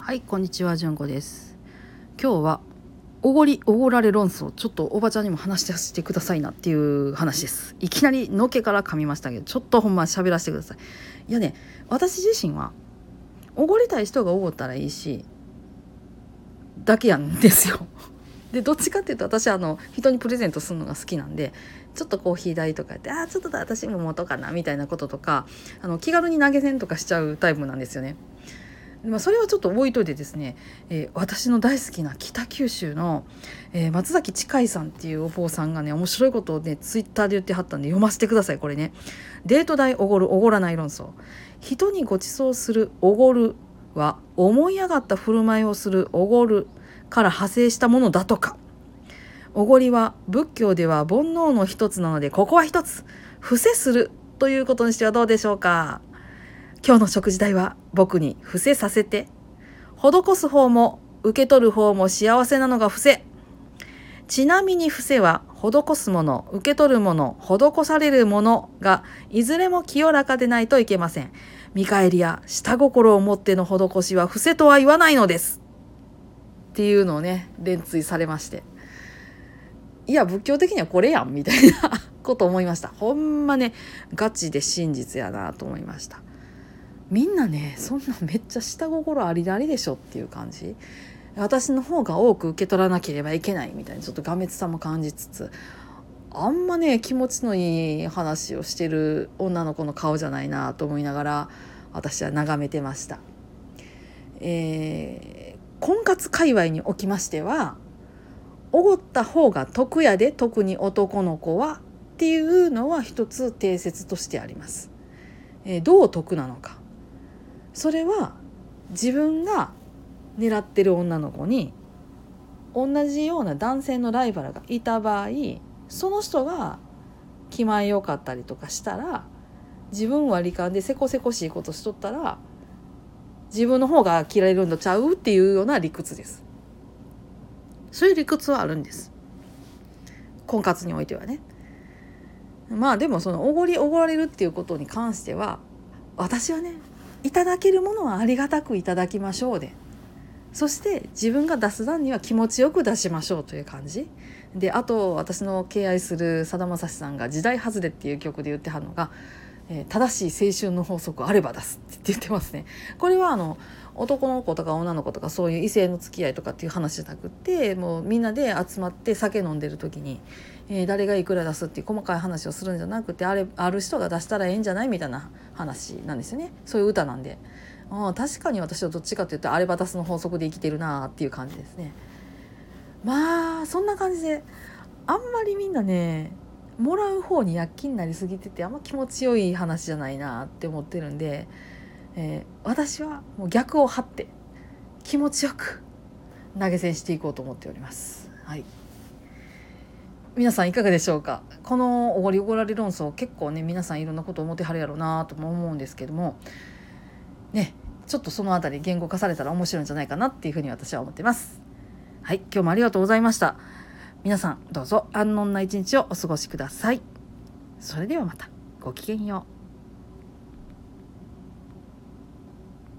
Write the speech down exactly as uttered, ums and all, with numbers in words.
はい、こんにちは、じゅんこです。今日はおごりおごられ論争、ちょっとおばちゃんにも話してしてくださいなっていう話です。いきなりのけから噛みましたけど、ちょっとほんま喋らせてください。いやね、私自身はおごりたい人がおごったらいいしだけやんですよ。でどっちかっていうと私はあの人にプレゼントするのが好きなんで、ちょっとコーヒー代とか言って、あーちょっとだ私も持とうかなみたいなこととか、あの気軽に投げ銭とかしちゃうタイプなんですよね。まあ、それはちょっと置いといてですね、えー、私の大好きな北九州の、えー、松崎千海さんっていうお坊さんがね、面白いことをねツイッターで言ってはったんで読ませてください。これね、デート代おごるおごらない論争。人にご馳走するおごるは思い上がった振る舞いをするおごるから派生したものだとか。おごりは仏教では煩悩の一つなので、ここは一つ伏せするということにしてはどうでしょうか。今日の食事代は僕に伏せさせて。施す方も受け取る方も幸せなのが伏せ。ちなみに伏せは施すもの、受け取るもの、施されるものがいずれも清らかでないといけません。見返りや下心を持っての施しは伏せとは言わないのです。っていうのをね、連追されまして。いや、仏教的にはこれやんみたいなこと思いました。ほんまね、ガチで真実やなと思いました。みんなね、そんなめっちゃ下心ありありでしょっていう感じ。私の方が多く受け取らなければいけないみたいな、ちょっとがめつさも感じつつ、あんまね気持ちのいい話をしてる女の子の顔じゃないなと思いながら私は眺めてました。えー、婚活界隈におきましては、おごった方が得やで、特に男の子はっていうのは一つ定説としてあります。えー、どう得なのか。それは自分が狙ってる女の子に同じような男性のライバルがいた場合、その人が気前よかったりとかしたら、自分割り勘でせこせこしいことしとったら自分の方が嫌れるんとちゃうっていうような理屈です。そういう理屈はあるんです、婚活においてはね。まあでもそのおごりおごられるっていうことに関しては、私はね、いただけるものはありがたくいただきましょうで、そして自分が出す段には気持ちよく出しましょうという感じで、あと私の敬愛するさだまさしさんが時代外れっていう曲で言ってはるのが、えー、正しい青春の法則あれば出すって言ってますね。これはあの男の子とか女の子とかそういう異性の付き合いとかっていう話じゃなくて、もうみんなで集まって酒飲んでる時に、えー、誰がいくら出すっていう細かい話をするんじゃなくて、あれある人が出したらええんじゃないみたいな話なんですよね。そういう歌なんで、ああ確かに私はどっちかというとあれば出すの法則で生きてるなっていう感じですね。まあそんな感じで、あんまりみんなねもらう方に躍起になりすぎてて、あんま気持ちよい話じゃないなって思ってるんで、えー、私はもう逆を張って気持ちよく投げ銭していこうと思っております。はい、皆さんいかがでしょうか。このおごりおごられ論争、結構ね皆さんいろんなこと思ってはるやろうなとも思うんですけどもね、ちょっとそのあたり言語化されたら面白いんじゃないかなっていうふうに私は思ってます。はい、今日もありがとうございました。皆さんどうぞ安穏な一日をお過ごしください。それではまた。ごきげんよう。